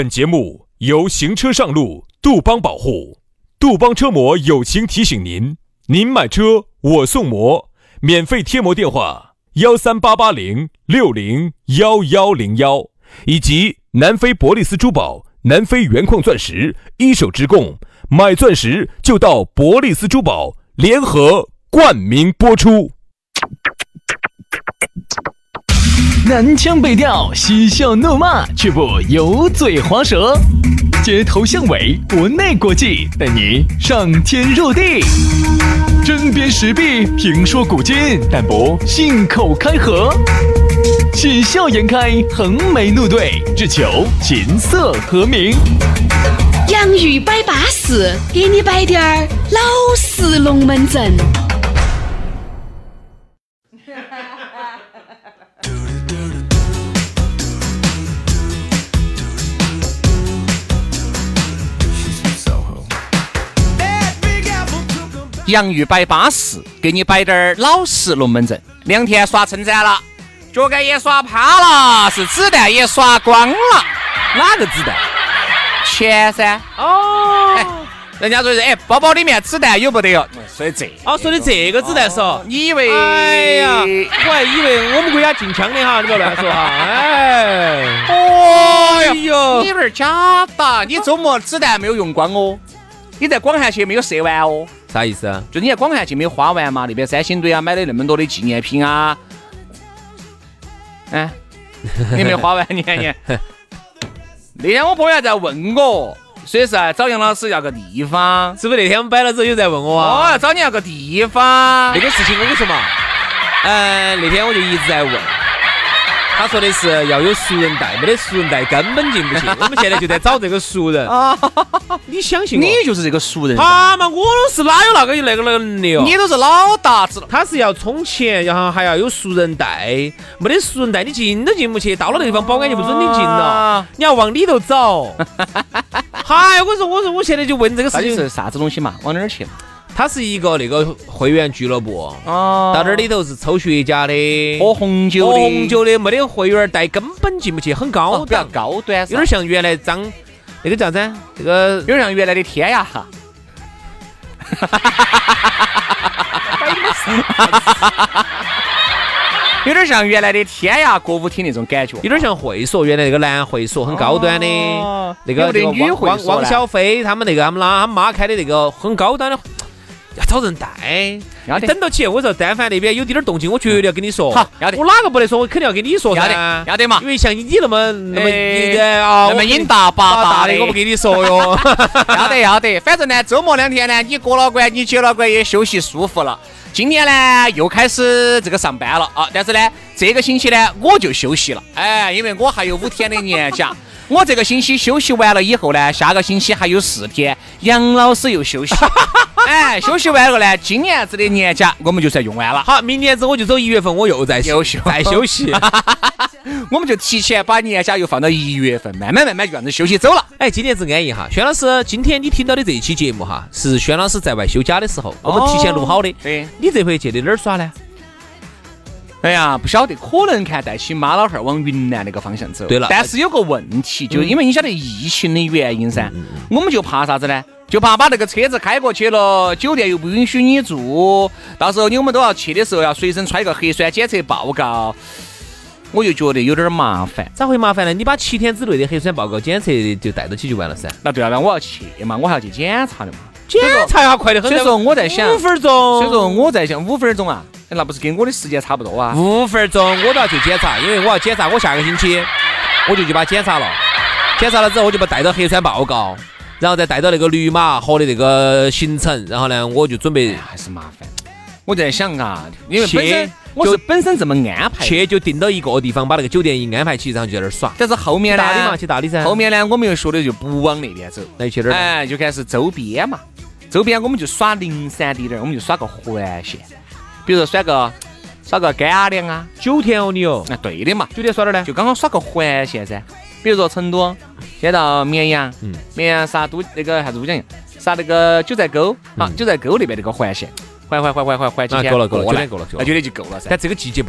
本节目由行车上路杜邦保护，杜邦车模友情提醒您：您买车我送模，免费贴膜电话138806011101，以及南非伯利斯珠宝、南非原矿钻石一手直供，买钻石就到伯利斯珠宝，联合冠名播出。 南腔北调，嬉笑怒骂，却不油嘴滑舌，街头巷尾，国内国际，带你上天入地，针砭时弊，评说古今，但不信口开河，喜笑颜开，横眉怒对，只求琴瑟和鸣。 洋芋摆巴士，给你摆点儿老式龙门阵。 洋芋摆巴士，给你摆点儿老实龙门阵。2天耍撑展了，脚杆也耍趴了，是子弹也耍光了。 哪个子弹？ 钱噻。 哦， 人家说是包包里面子弹有不得哟？所以这说的这个子弹是哦， 你以为？ 哎呀，我还以为我们国家禁枪的哈，你不要乱说哈。哎， 哦哟， 你有点假的，你周末子弹没有用光哦，你在广汉街没有射完哦。 啥意思啊？ 就你在广汉街没有花完嘛？那边三星堆啊，买了那么多的纪念品啊，哎，你没花完你。那天我朋友还在问我，所以是找杨老师要个地方， 是不是那天我们摆了之后有在问我啊？ 哦，找你要个地方。 那个事情我跟你说嘛，那天我就一直在问。他说的是要有熟人带，没得熟人带根本进不去。我们现在就在找这个熟人啊！你相信我？ 你就是这个熟人。 他嘛，我是哪有那个能力哦？ 你都是老大子了。 他是要充钱，然后还要有熟人带，没得熟人带你进都进不去。到了那地方，保安就不准你进了，你要往里头走。嗨，我说我现在就问这个事情是啥子东西嘛？往哪儿去？ 它是一个那个会员俱乐部哦， 到这里头是抽雪茄的、 喝红酒的，没得会员带根本进不去，很高档， 比较高端， 有点像原来那个叫啥子？这个有点像原来的天涯哈。有点像原来的天涯歌舞厅那种感觉， 有点像会所，原来那个男会所很高端的，那个女会所汪小菲他们他妈开的那个很高端的。要找人带，等到起。我说但凡那边有点动静，我绝对要跟你说。 好，要得。 我哪个不得说，我肯定要跟你说噻。 要得嘛。 因为像你那么瘾大八大的， 我不跟你说哟。 要得。反正呢，周末2天呢，你过了关，你接了关也休息舒服了。今年呢，又开始这个上班了啊。但是呢，这个星期呢，我就休息了。哎，因为我还有5天的年假。我这个星期休息完了以后呢，下个星期还有4天，杨老师又休息。哎，休息完了呢，今年子的年假我们就算用完了。 好，明年子我就走1月份，我又再休息。 我们就提前把年假又放到1月份，慢慢就这样子休息走了。 哎，今年子安逸哈。轩老师，今天你听到的这一期节目哈，是轩老师在外休假的时候，我们提前录好的。 对， 你这回去的哪儿耍呢？ 哎呀，不晓得，可能看带起妈老汉儿往云南那个方向走。 对了， 但是有个问题，就因为你晓得疫情的原因噻，我们就怕啥子呢？就怕把那个车子开过去了，酒店又不允许你住，到时候你们都要去的时候要随身揣个核酸检测报告，我就觉得有点麻烦。 咋会麻烦呢？你把7天之内的核酸报告检测就带到起就完了噻。 那对啊，那我要去嘛，我还要去检查的嘛。 检查呀，快得很。 所以说我在想 5分钟。 所以说我在想5分钟啊。那不是跟我的时间差不多啊 ？5分钟我都要去检查，因为我要检查，我下个星期我就去把检查了，检查了之后我就把带到核酸报告，然后再带到那个绿码和的那个行程，然后呢我就准备。 还是麻烦。我在想啊，因为本身这么安排， 去就定到一个地方，把那个酒店一安排起，然后就在那儿耍。 但是后面呢， 去大理噻。 后面呢，我们又说的就不往那边走， 那去哪儿？ 哎，就开始周边嘛，周边我们就耍零散地点，我们就耍个环线。比如说耍个干粮啊 ，9天哦你哦， 那对的嘛 ，9天耍哪儿呢？ 就刚刚耍个环线噻，比如说成都，先到绵阳，绵阳杀那个啥子都讲，杀那个九寨沟，好，九寨沟那边那个环线，环几天， 够了，9天够了， 那9天就够了噻。 但这个季节不对，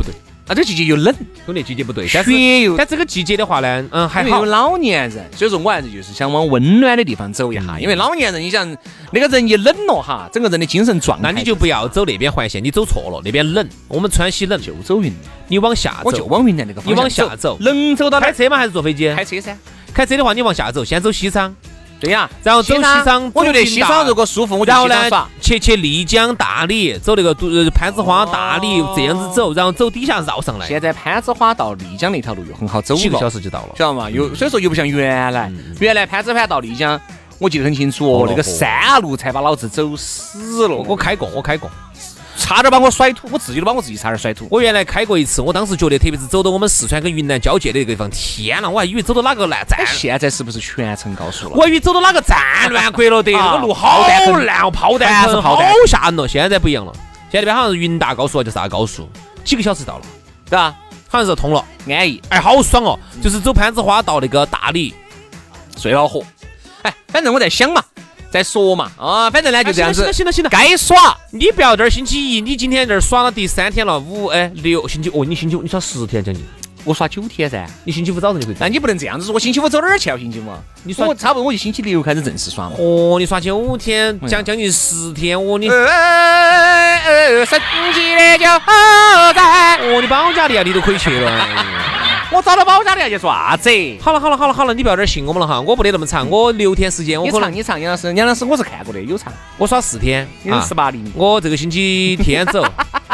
啊，这个季节又冷， 兄弟季节不对，但这个季节的话呢，还好。 有老年人，所以说我还是就是想往温暖的地方走一下，因为老年人，你想那个人一冷了哈，整个人的精神状态， 那你就不要走那边环线，你走错了，那边冷，我们川西冷， 就走云南， 你往下走， 我就往云南那个方向， 你往下走， 能走到开车吗？还是坐飞机？ 开车噻。 开车的话，你往下走，先走西昌。 对呀， 然后走西昌， 我觉得西昌如果舒服，我就西昌耍。 去丽江、大理，走那个攀枝花、大理这样子走，然后走底下绕上来。 现在攀枝花到丽江那条路又很好走 ，7个小时就到了， 晓得吗？所以说又不像原来攀枝花到丽江，我记得很清楚哦，那个山路才把老子走死了。 我开过。 差点把我甩土，我自己都把我自己差点甩土。 我原来开过一次，我当时觉得，特别是走到我们四川跟云南交界的那个地方，天哪，我还以为走到哪个烂站。 现在是不是全程高速了？ 我以为走到哪个战乱国了的，那个路好烂哦，炮弹坑，好吓人哦。现在不一样了，现在那边好像是云大高速还是啥高速，几个小时到了， 对吧？ 好像是通了， 安逸， 哎，好爽哦！就是走攀枝花到那个大理， 最恼火。哎，反正我在想嘛。再说嘛，反正呢就这样子。 行了， 该耍， 你不要这儿星期一，你今天这儿耍了第3天了，5、6星期哦，你星期五你耍10天将近， 我耍9天噻， 你星期五早上就可以。 那你不能这样子说，我星期五走哪儿去啊？星期五，你耍我差不多我就星期6开始正式耍嘛。 哦，你耍9天，将近10天，哦你。 神奇的就在。 哦，你保加利亚你都可以去了。 我找到保加利亚去做啥子？ 好了，你不要点信我们了哈，我不得那么长，我6天时间，我可能你唱杨老师我是看过的，有唱， 我耍4天， 你是18厘米， 我这个星期天走，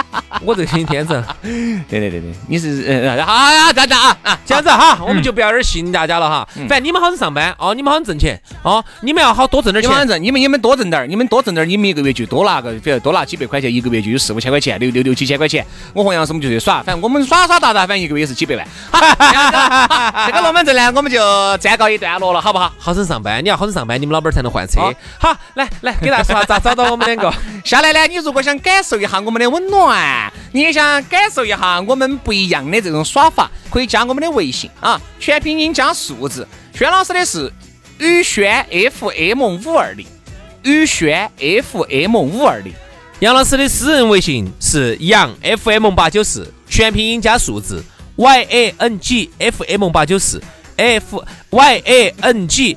对，你是好，这样子哈，我们就不要点信大家了哈，反正你们好生上班哦，你们好生挣钱哦，你们要好多挣点钱， 你们多挣点，你们一个月就多拿个，比如多拿几百块钱，一个月就有4、5千块钱，6、7千块钱，我和杨老师我们就去耍，反正我们耍大，反正一个月是几百万。这个龙门阵呢，我们就暂告一段落了，好不好？ 好生上班，你要好生上班，你们老板才能换车。好，来，给大家说下咋找到我们2个。 下来呢，你如果想感受一下我们的温暖，你也想感受一下我们不一样的这种耍法，可以加我们的微信啊，全拼音加数字。轩老师的是宇轩 FM520，宇轩 FM520。 杨老师的私人微信是杨 FM894，全拼音加数字。YANG FM894 FYANG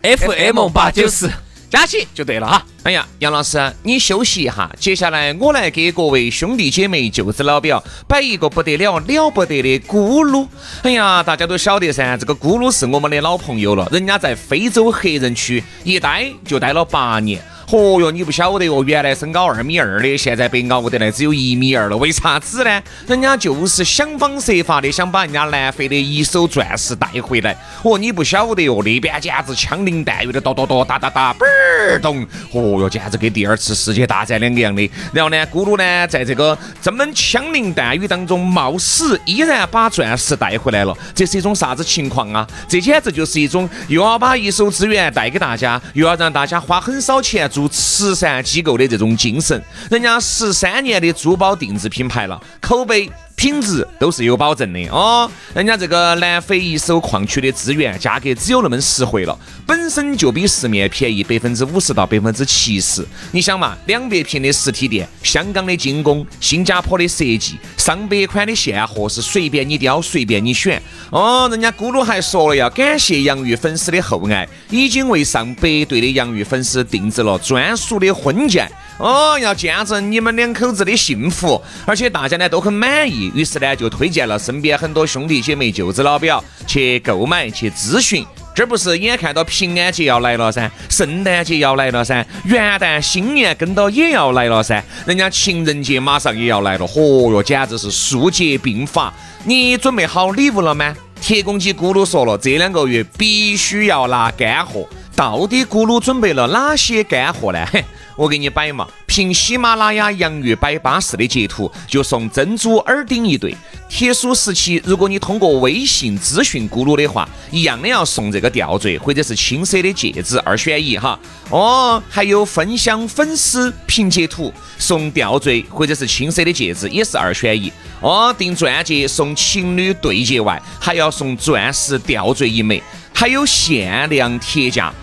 FM894， 加起就对了哈。哎呀，杨老师，你休息一下，接下来我来给各位兄弟姐妹、舅子老表摆一个不得了不得的咕噜。哎呀，大家都晓得噻，这个咕噜是我们的老朋友了，人家在非洲黑人区一待就待了8年。哦哟，你不晓得哟，原来身高2.2米的，现在被熬得来只有1.2米了，为啥子呢？人家就是想方设法的想把人家南非的一手钻石带回来。哦，你不晓得哟，那边简直枪林弹雨的，哒哒哒哒哒哒，嘣儿咚！哦哟，简直跟第2次世界大战2个样的。然后呢，咕噜呢，在这个这么枪林弹雨当中冒死，依然把钻石带回来了。这是一种啥子情况啊？这简直就是一种又要把一手资源带给大家，又要让大家花很少钱做慈善机构的这种精神。人家13年的珠宝定制品牌了，口碑品质都是有保证的哦。人家这个南非一手矿区的资源价格只有那么实惠了，本身就比市面便宜50%到70%。你想嘛，200平的实体店，香港的精工，新加坡的设计，上百款的现货是随便你挑，随便你选哦。人家咕噜还说了要感谢洋芋粉丝的厚爱，已经为上100对的洋芋粉丝定制了专属的婚戒哦，要见证你们2口子的幸福，而且大家呢都很满意，于是呢就推荐了身边很多兄弟姐妹、舅子老表去购买、去咨询。这不是眼看到平安节要来了噻，圣诞节要来了噻，元旦新年跟到也要来了噻，人家情人节马上也要来了，嚯哟，简直是数节并发。你准备好礼物了吗？铁公鸡咕噜说了，这2个月必须要拿干货。到底咕噜准备了哪些干货呢？我给你摆嘛，凭喜马拉雅洋芋摆巴士的截图就送珍珠耳钉1对，铁数时期如果你通过微信咨询咕噜的话，一样的要送这个吊坠或者是青色的戒指，2选1哈。哦，还有分享粉丝凭截图送吊坠或者是青色的戒指，也是2选1哦。订钻戒送情侣对戒外，还要送钻石吊坠1枚，还有限量铁价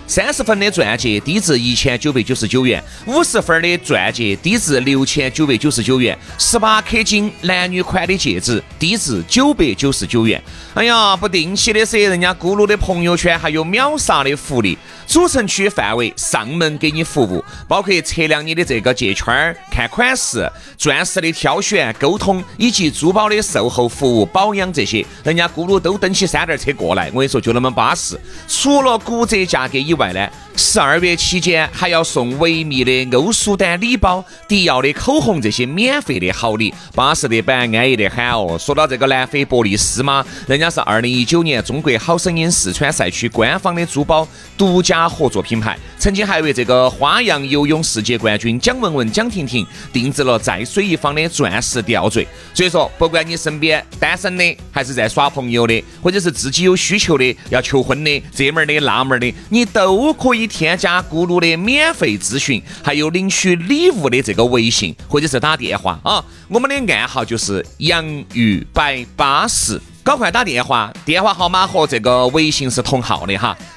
，30分的钻戒低至1999元，50分的钻戒低至6999元，18K 金男女款的戒指低至999元。哎呀，不定期的噻，人家咕噜的朋友圈还有秒杀的福利，主城区范围上门给你服务，包括测量你的这个戒圈、看款式、钻石的挑选、沟通以及珠宝的售后服务、保养这些，人家咕噜都蹬起3辆车过来。我跟你说，就那么巴适。除了骨折价格以外呢，12月期间还要送维密的欧舒丹礼包、迪奥的口红这些免费的好礼，巴适的板，安逸的很哦。说到这个南非伯利斯嘛，人家是2019年中国好声音四川赛区官方的珠宝独家合作品牌，曾经还为这个花样游泳世界冠军蒋雯雯、蒋婷婷定制了在水一方的钻石吊坠。所以说，不管你身边单身的，还是在耍朋友的，或者是自己有需求的，要求婚的，这门的那门的，你都可以添加咕噜的免费咨询，还有领取礼物的这个微信，或者是打电话啊。我们的暗号就是洋芋摆巴士。赶快打电话，电话号码和这个微信是同号的哈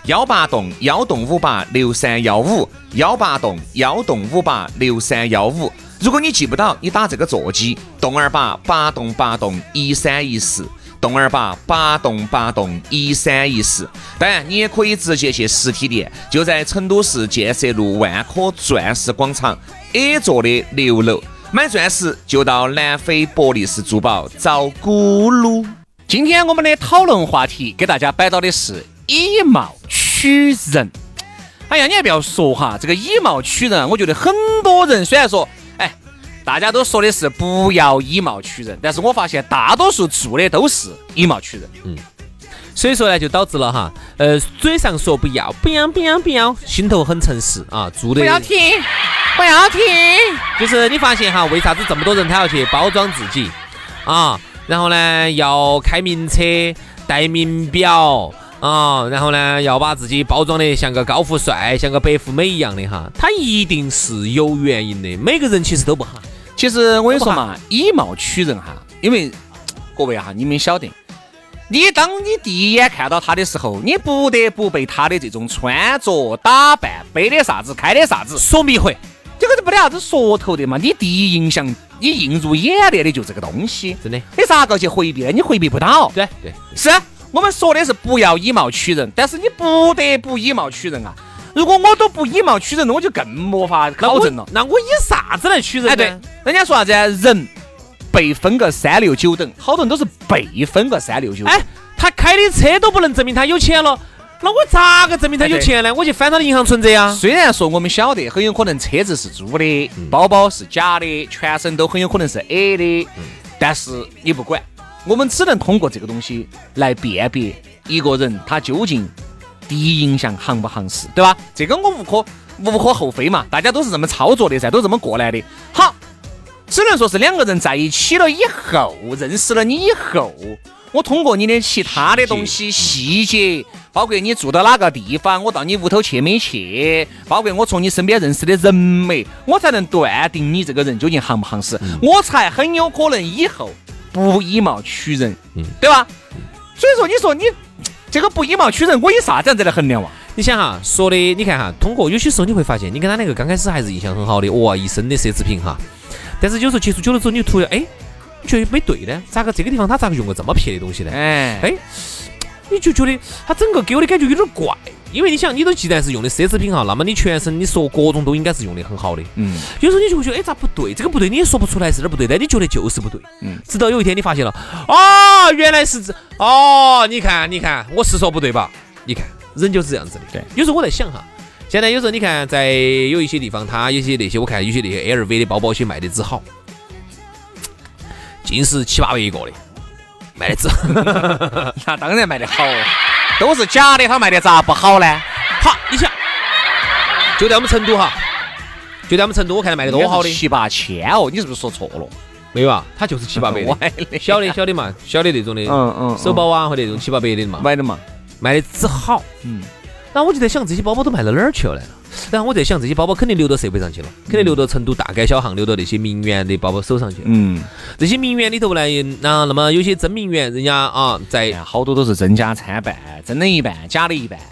，181-158-6315，181-158-6315。如果你记不到，你打这个座机，228-8动8动1314，228-8动8动1314。当然，你也可以直接去实体店，就在成都市建设路万科钻石广场 A 座的6楼。买钻石就到南非伯利斯珠宝找咕噜。 今天我们的讨论话题给大家摆到的是以貌取人。哎呀，你还不要说哈，这个以貌取人，我觉得很多人虽然说，大家都说的是不要以貌取人，但是我发现大多数做的都是以貌取人。 所以说呢，就导致了哈，嘴上说不要，心头很诚实啊，做的不要听， 就是你发现哈，为啥子这么多人他要去包装自己啊？然后呢，要开名车、戴名表啊，然后呢，要把自己包装的像个高富帅、像个白富美一样的哈，他一定是有原因的。每个人其实都不好。 其实我跟你说嘛，以貌取人哈，因为各位哈，你们晓得，当你第一眼看到他的时候，你不得不被他的这种穿着打扮、背的啥子、开的啥子所迷惑。 这个就没得啥子说头的嘛，你第一印象你映入眼帘的就这个东西， 真的， 你咋个去回避呢？你回避不到。 对， 是我们说的是不要以貌取人，但是你不得不以貌取人啊。如果我都不以貌取人，我就更没法考证了。 那我以啥子来取人呢？ 对，人家说啥子人被分个369等，好多人都是被分个369等。 他开的车都不能证明他有钱了，那我咋个证明他有钱呢？我去翻他的银行存折啊。 虽然说我们晓得很有可能车子是租的，包包是假的，全身都很有可能是 A 的，但是你不管，我们只能通过这个东西来辨别一个人他究竟第一印象行不行实，对吧？这个我无可厚非嘛，大家都是这么操作的噻，都这么过来的。好，只能说是两个人在一起了以后，认识了你以后，我通过你的其他的东西细节，包括你住到哪个地方，我到你屋头去没去，包括我从你身边认识的人没，我才能断定你这个人究竟行不行实，我才很有可能以后不以貌取人，对吧？所以说，你说你这个不以貌取人，我以啥子样子来衡量哇？ 你想哈，说的你看哈，通过有些时候你会发现，你跟他那个刚开始还是印象很好的，哇，一身的奢侈品哈，但是有时候接触久了之后，你突然你觉得没对呢？咋个这个地方他咋个用个这么撇的东西呢？你就觉得他整个给我的感觉有点怪，因为你想，你都既然是用的奢侈品哈，那么你全身你说各种都应该是用的很好的。有时候你就会觉得，咋不对？这个不对，你也说不出来是哪儿不对，但你觉得就是不对。直到有一天你发现了，原来是你看，我是说不对吧？你看，人就是这样子的。对，有时候我在想哈，现在有时候你看，在有一些地方，他有些那些我看有些那些 LV 的包包些卖的只好，尽是7-8万一个的。卖的只那当然卖的好，都是假的，他卖的咋不好呢？ 好，你想，就在我们成都哈，我看他卖的多好的 ，7-8千哦，你是不是说错了？ 没有啊，他就是7-8百的，小的嘛，小的那种的，手包啊或者那种7-8百的嘛， 买的嘛， 卖的只好，然后我就在想，这些包包都卖到哪儿去了呢？然后我在想，这些包包肯定流到社会上去了，肯定流到成都大街小巷，流到那些名媛的包包手上去了。这些名媛里头呢，那么有些真名媛，人家在好多都是真假参半，真的一半，假的一半。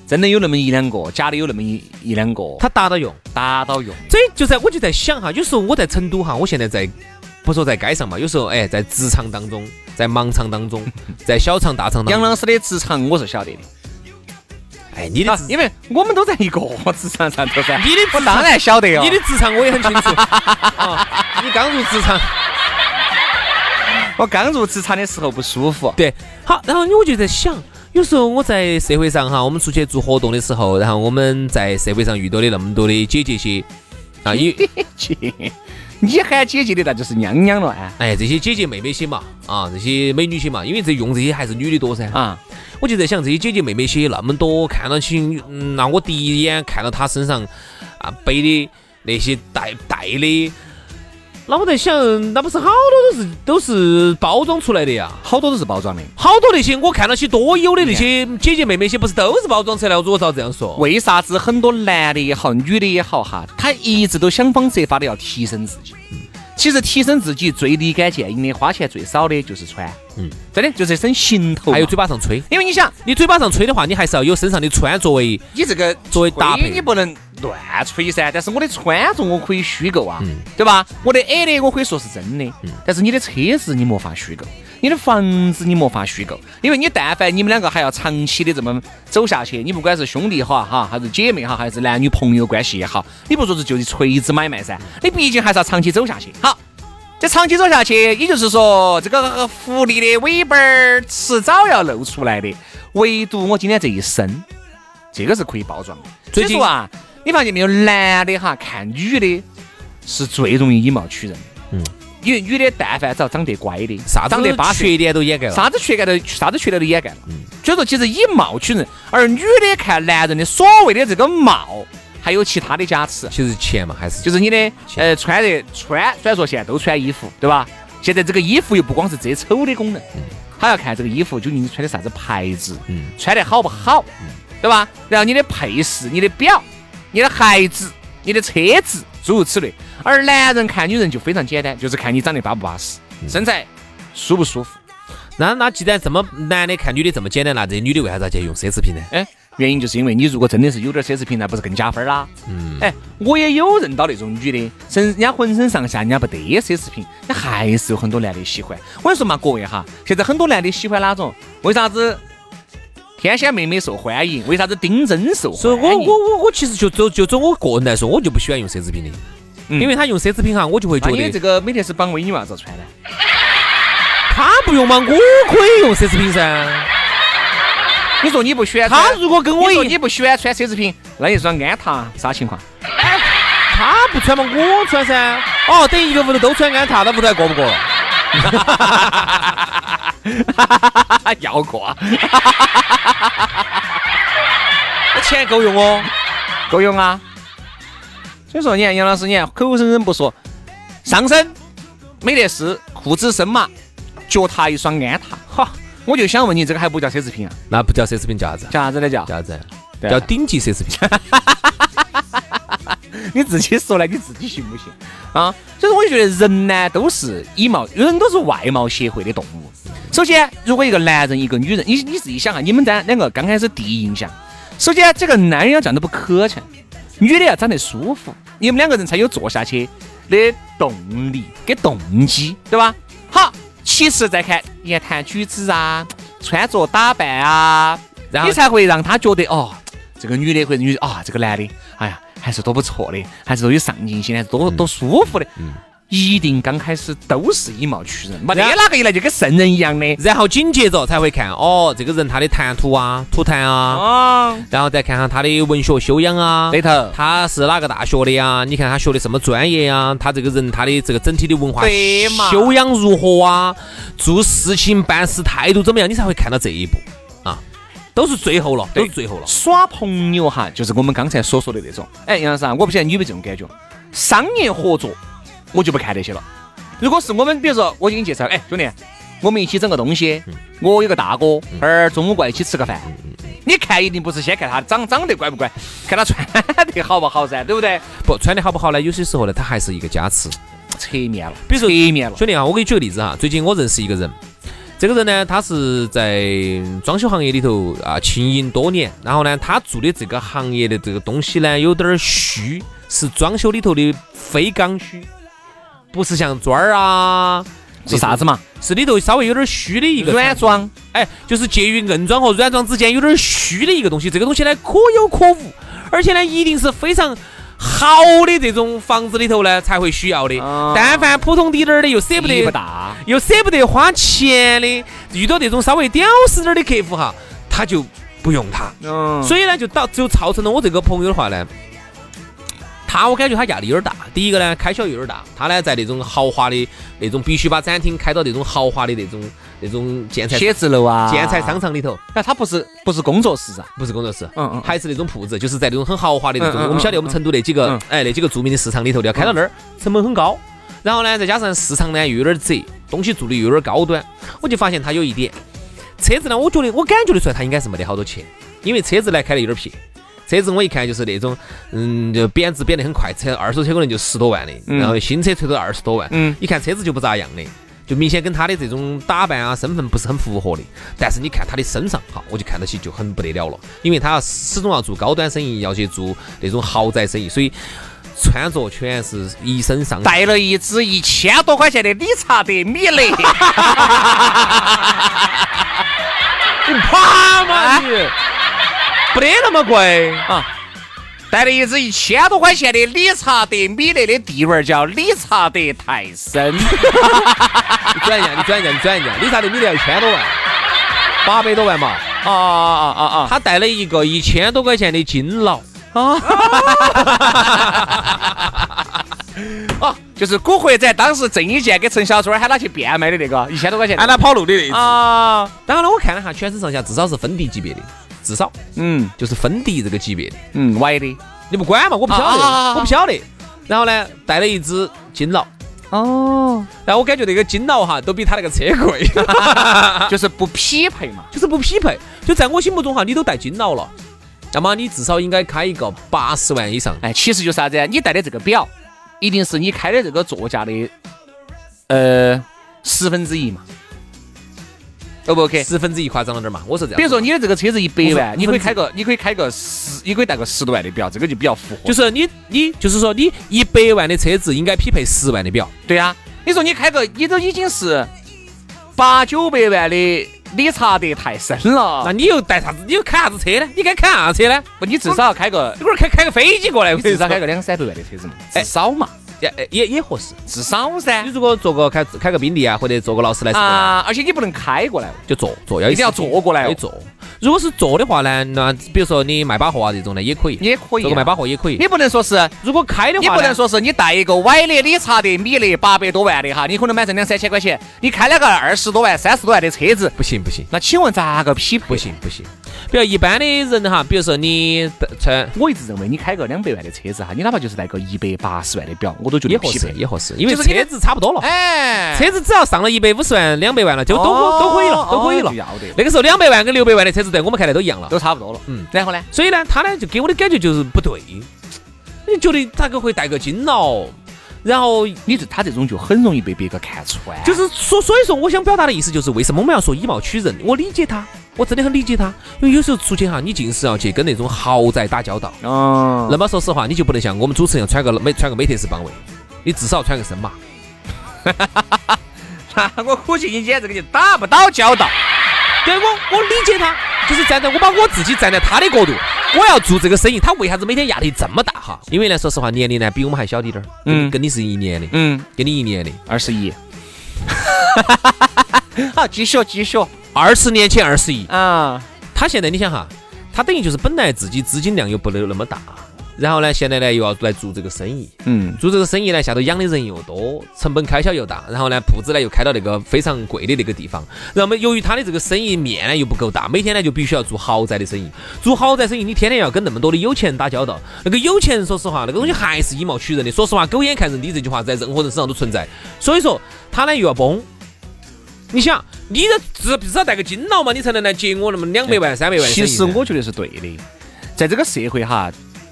真的有那么一两个，假的有那么一两个， 它达到用。 这我就在想哈，有时候我在成都哈，我现在不说在街上嘛，有时候在职场当中，在忙场当中，在小场大场当中。 杨老师的职场我是晓得的。 你的因为我们都在一个职场上头噻。 你的我当然晓得哦。 你的职场我也很清楚。你刚入职场， 我刚入职场的时候不舒服。 对，好，然后我就在想，有时候我在社会上哈，我们出去做活动的时候，然后我们在社会上遇到的那么多的姐姐些啊， 你喊姐姐的那就是娘娘了这些姐姐妹妹些嘛，这些美女些嘛，因为用这些还是女的多噻啊。我就在想，这些姐姐妹妹些那么多，看到起，那我第一眼看到她身上背的那些带的，那我在想，那不是好多都是包装出来的呀？ 好多都是包装的， 好多那些我看到起多有的那些姐姐妹妹些，不是都是包装出来的？如果照这样说， 为啥子很多男的也好，女的也好哈，他一直都想方设法的要提升自己？其实提升自己最立竿见影的、花钱最少的就是穿，真的就是一身行头， 还有嘴巴上吹。 因为你想， 你嘴巴上吹的话，你还是要有身上的穿作为你这个作为搭配， 你不能乱吹噻。但是我的穿着我可以虚构啊，对吧？我的矮的我可以说是真的，但是你的车子你没法虚构，你的房子你没法虚构，因为你但凡你们两个还要长期的这么走下去，你不管是兄弟哈，还是姐妹哈，还是男女朋友关系也好，你不说是就是锤子买卖噻，你毕竟还是要长期走下去。好。这长期走下去，也就是说，这个狐狸的尾巴迟早要露出来的。唯独我今天这一身，这个是可以包装的。所以说啊，你发现没有，男的哈看女的是最容易以貌取人的。因为女的但凡只要长得乖的，长得巴适， 缺点都掩盖了， 啥子缺点都掩盖了。所以说，其实以貌取人，而女的看男人的所谓的这个貌。还有其他的加持， 其实钱嘛，还是就是你的穿，虽然说现在都穿衣服，对吧？现在这个衣服又不光是遮丑的功能，还要看这个衣服究竟穿的啥子牌子，穿得好不好，对吧？然后你的配饰、你的表、你的孩子、你的车子，诸如此类。而男人看女人就非常简单，就是看你长得巴不巴适，身材舒不舒服。 那既然这么男的看女的这么简单，那这些女的为啥子要去用奢侈品呢？ 原因就是因为你如果真的是有点奢侈品，那不是更加分啦？我也有认到那种女的，人家浑身上下人家不得奢侈品，那还是有很多男的喜欢。我跟你说嘛，各位哈，现在很多男的喜欢哪种？为啥子天仙妹妹受欢迎？为啥子丁真受欢迎？ 所以我其实就从我个人来说，我就不喜欢用奢侈品的，因为他用奢侈品哈，我就会觉得你这个每天是绑围你为啥子穿呢？ 他不用嘛，我可以用奢侈品噻。 你说你不喜欢他如果跟我你不喜欢穿奢侈品，那你说安踏啥情况？ 他不穿嘛，我穿噻。等一个屋头都穿安踏，那屋头还过不过？ 要过。 那钱够用哦， 够用啊。所以说，你看杨老师，你看口声声不说，上身没得事，裤子深码，脚踏一双安踏，哈。我就想问你，这个还不叫奢侈品啊？ 那不叫奢侈品，叫啥子？ 叫啥子呢？叫啥子？叫顶级奢侈品。 你自己说来，你自己信不信啊？所以说，我就觉得人呢都是人都是外貌协会的动物。首先，如果一个男人一个女人，你自己想啊，你们两个刚开始第一印象，首先这个男人要长得不磕碜，女的要长得舒服，你们两个人才有做下去的动力跟动机，对吧？好。其次再看言谈举止啊，穿着打扮啊，然后你才会让他觉得这个女的或者女的这个男的，哎呀，还是多不错的，还是多有上进心，还是多舒服的。一定刚开始都是以貌取人，没得哪个一来就跟圣人一样的。 然后紧接着才会看这个人他的谈吐啊、吐痰啊，然后再看看他的文学修养啊， 对头， 他是哪个大学的呀？你看他学的什么专业啊？他这个人他的这个整体的文化修养如何啊？做事情办事态度怎么样？你才会看到这一步啊，都是最后了，都是最后了。 耍朋友哈，就是我们刚才所说的那种。杨老师啊，我不晓得你有没有这种感觉？商业合作。我就不看这些了。如果是我们，比如说我给你介绍，兄弟，我们一起整个东西，我有个大哥，中午过来一起吃个饭。你看一定不是先看他长得乖不乖，看他穿得好不好噻，对不对？ 不，穿得好不好呢？有些时候呢，他还是一个加持， 侧面了， 比如说侧面了。 兄弟啊，我给你举个例子哈，最近我认识一个人， 这个人呢，他是在装修行业里头经营多年，然后呢，他做的这个行业的这个东西呢，有点虚，是装修里头的非刚需，不是像砖儿啊， 是啥子嘛？ 是里头稍微有点虚的一个软装， 就是介于硬装和软装之间有点虚的一个东西。这个东西呢，可有可无，而且呢，一定是非常好的这种房子里头呢才会需要的。但凡普通滴点儿的又舍不得，又舍不得花钱的，遇到这种稍微屌丝点的客户哈，他就不用它。所以呢，就造成了我这个朋友的话呢，我感觉他压力有点大。第一个呢，开销有点大。他呢，在那种豪华的那种，必须把展厅开到那种豪华的那种建材写字楼啊、 建材商场里头。 但他不是工作室啊， 不是工作室，还是那种铺子，就是在那种很豪华的那种。我们晓得我们成都那几个那几个著名的市场里头，要开到那儿，成本很高。然后呢，再加上市场呢又有点窄，东西做的又有点高端，我就发现他有一点，车子呢，我感觉得出来他应该是没得好多钱，因为车子呢开的有点撇。车子我一看就是那种，就贬值贬得很快，二手车可能就10多万的，然后新车推到20多万，一看车子就不咋样的，就明显跟他的这种打扮啊、身份不是很符合的。但是你看他的身上，好，我就看得起就很不得了了，因为他始终要做高端生意，要去做那种豪宅生意，所以穿着全是一身上带了一支1000多块钱的理查德米勒，你怕吗你？不得那么贵啊！ 带了一支1000多块钱的理查德米勒的地位叫理查德泰森。 你转一下，理查德米勒要1000多万，800多万嘛。他带了一个1000多块钱的金劳就是古惑仔当时郑伊健给陈小春喊他去变卖的那个1000多块钱， 喊他跑路的那一次啊。当然了，我看了下全身上下至少是芬迪级别的。至少，就是芬迪这个级别的， 歪的， 你不管嘛，我不晓得，然后呢，带了一支金劳，然后我感觉那个金劳哈，都比他那个车贵， 就是不匹配嘛， 就在我心目中哈，你都带金劳了，那么你至少应该开一个80万以上， 其实就是啥子？你带的这个表，一定是你开的这个座驾的1/10嘛。O 不 OK？ 1/10夸张了点嘛，我说这样。 比如说你的这个车子100万，你可以带个10多万的表，这个就比较符合。 就是你就是说你100万的车子应该匹配10万的表。 对啊，你说你都已经是800-900万的理查德泰森了， 那你又带啥子？你又开啥子车呢？你该开啥车呢？ 不，你至少要开个， 你开个飞机过来， 至少开个200-300万的车子嘛，至少嘛。 也合适， 至少噻。 你如果坐个开个宾利啊，或者坐个劳斯莱斯而且你不能开过来， 就坐一定要坐过来， 可以坐。如果是坐的话呢，那比如说你卖把货啊这种呢，也可以，坐个卖把货也可以。 你不能说是， 如果开的话， 你不能说是你带一个歪的理查德米勒800多万的哈，你可能买成2-3千块钱，你开了个20多万、30多万的车子， 不行。 那请问咋个匹配？ 不行。比如一般的人哈，比如说你我一直认为你开个200万的车子哈，你哪怕就是带个180万的表，我都觉得也合适，因为车子差不多了。车子只要上了150万、200万了，就都可以了。那个时候200万跟600万的车子在我们看来都一样了， 都差不多了。然后呢？ 所以呢，他呢就给我的感觉就是不对。你觉得咋个会带个金劳？然后他这种就很容易被别个看穿。 就是所以说，我想表达的意思就是，为什么我们要说以貌取人？我理解他，我真的很理解他，因为有时候出去哈，你尽是要去跟那种豪宅打交道。那么说实话，你就不能像我们主持人穿个美特斯邦威，你至少穿个森马。 我估计你简直跟你打不到交道。 对，我理解他，就是我把我自己站在他的角度，我要做这个生意，他为啥子每天压力这么大哈？因为呢，说实话，年龄呢比我们还小滴点儿，跟你是一年的，跟你1年的 21。好，继续 ，20年前21 啊。 他现在你想哈，他等于就是本来自己资金量又不那么大。然后呢，现在呢又要来做这个生意，做这个生意呢，下头养的人又多，成本开销又大，然后呢，铺子呢又开到那个非常贵的那个地方，然后由于他的这个生意面呢又不够大，每天呢就必须要做豪宅的生意，做豪宅生意你天天要跟那么多的有钱人打交道，那个有钱人说实话，那个东西还是以貌取人的，说实话，狗眼看人低这句话在任何人身上都存在，所以说他呢又要崩。你想，你至少带个金劳嘛，你才能来接我那么200万、300万。 其实我觉得是对的，在这个社会哈。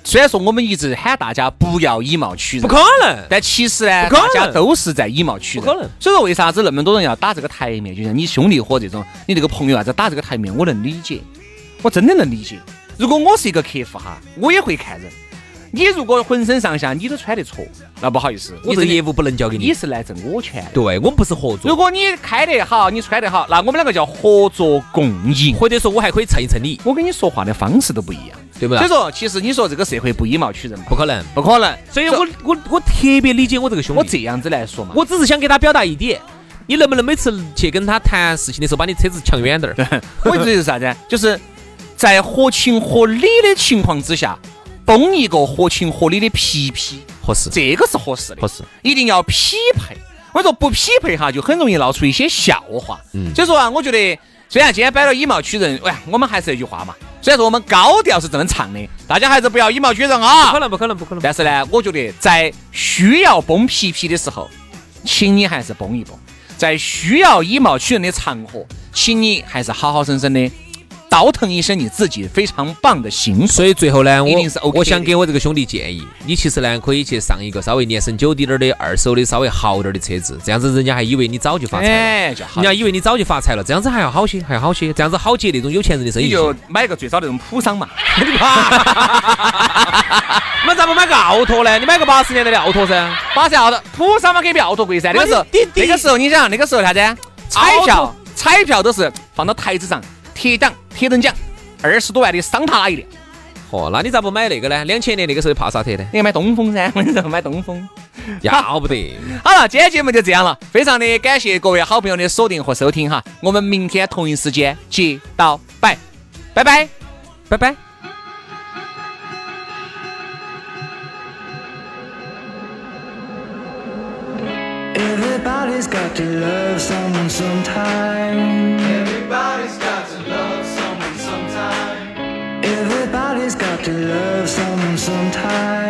虽然说我们一直喊大家不要以貌取人， 不可能， 但其实呢， 不可能大家都是在以貌取人。 不可能。 所以说，为啥子那么多人要打这个台面？就像你兄弟伙这种，你这个朋友啊，在打这个台面，我能理解，我真的能理解。如果我是一个客户哈，我也会看人。你如果浑身上下你都穿得错，那不好意思， 我这个业务不能交给你。 你是来挣我钱的。 对，我们不是合作。 如果你开得好，你穿得好，那我们两个叫合作共赢， 或者说我还可以蹭一蹭你。 我跟你说话的方式都不一样， 对不对？ 所以说，其实你说这个社会不以貌取人， 不可能， 不可能。 所以我特别理解我这个兄弟。 我这样子来说嘛， 我只是想给他表达一点，你能不能每次去跟他谈事情的时候，把你车子抢远点儿？ 我觉得是啥子？就是在合情合理的情况之下，崩一个合情合理的皮皮， 合适， 这个是合适的， 合适， 一定要匹配。我说不匹配哈，就很容易闹出一些笑话。所以说啊，我觉得虽然今天摆了以貌取人，我们还是那句话嘛。虽然说我们高调是这么唱的，大家还是不要以貌取人啊。 不可能，不可能，不可能。 但是呢，我觉得在需要崩皮皮的时候，请你还是崩一崩；在需要以貌取人的场合，请你还是好好生生的倒腾一身你自己非常棒的行所以最后呢， 一定是 OK 我想给我这个兄弟建议，你其实呢可以去上一个稍微年审久点的二手的稍微好点的车子，这样子人家还以为你早就发财了，人家以为你早就发财了，这样子还要好些，还要好些，这样子好接那种有钱人的生意。 你就买个最早那种普桑嘛。 那咋不买个奥拓呢？你买个80年代的奥拓噻 ，80年奥拓，普桑嘛可以比奥拓贵噻。那个时候你想，那个时候啥子？彩票都是放到台子上。铁等奖20多万的桑塔纳一辆。 那你咋不买那个呢？2000年那个时候帕萨特的， 你买东风噻，我跟你说买东风， 要不得。 好了，今天节目就这样了，非常的感谢各位好朋友的锁定和收听哈，我们明天同一时间接到拜，拜拜，拜拜。 Everybody's got to love someone sometime. Everybody's got to love someone sometime. Everybody's got to love someone sometime.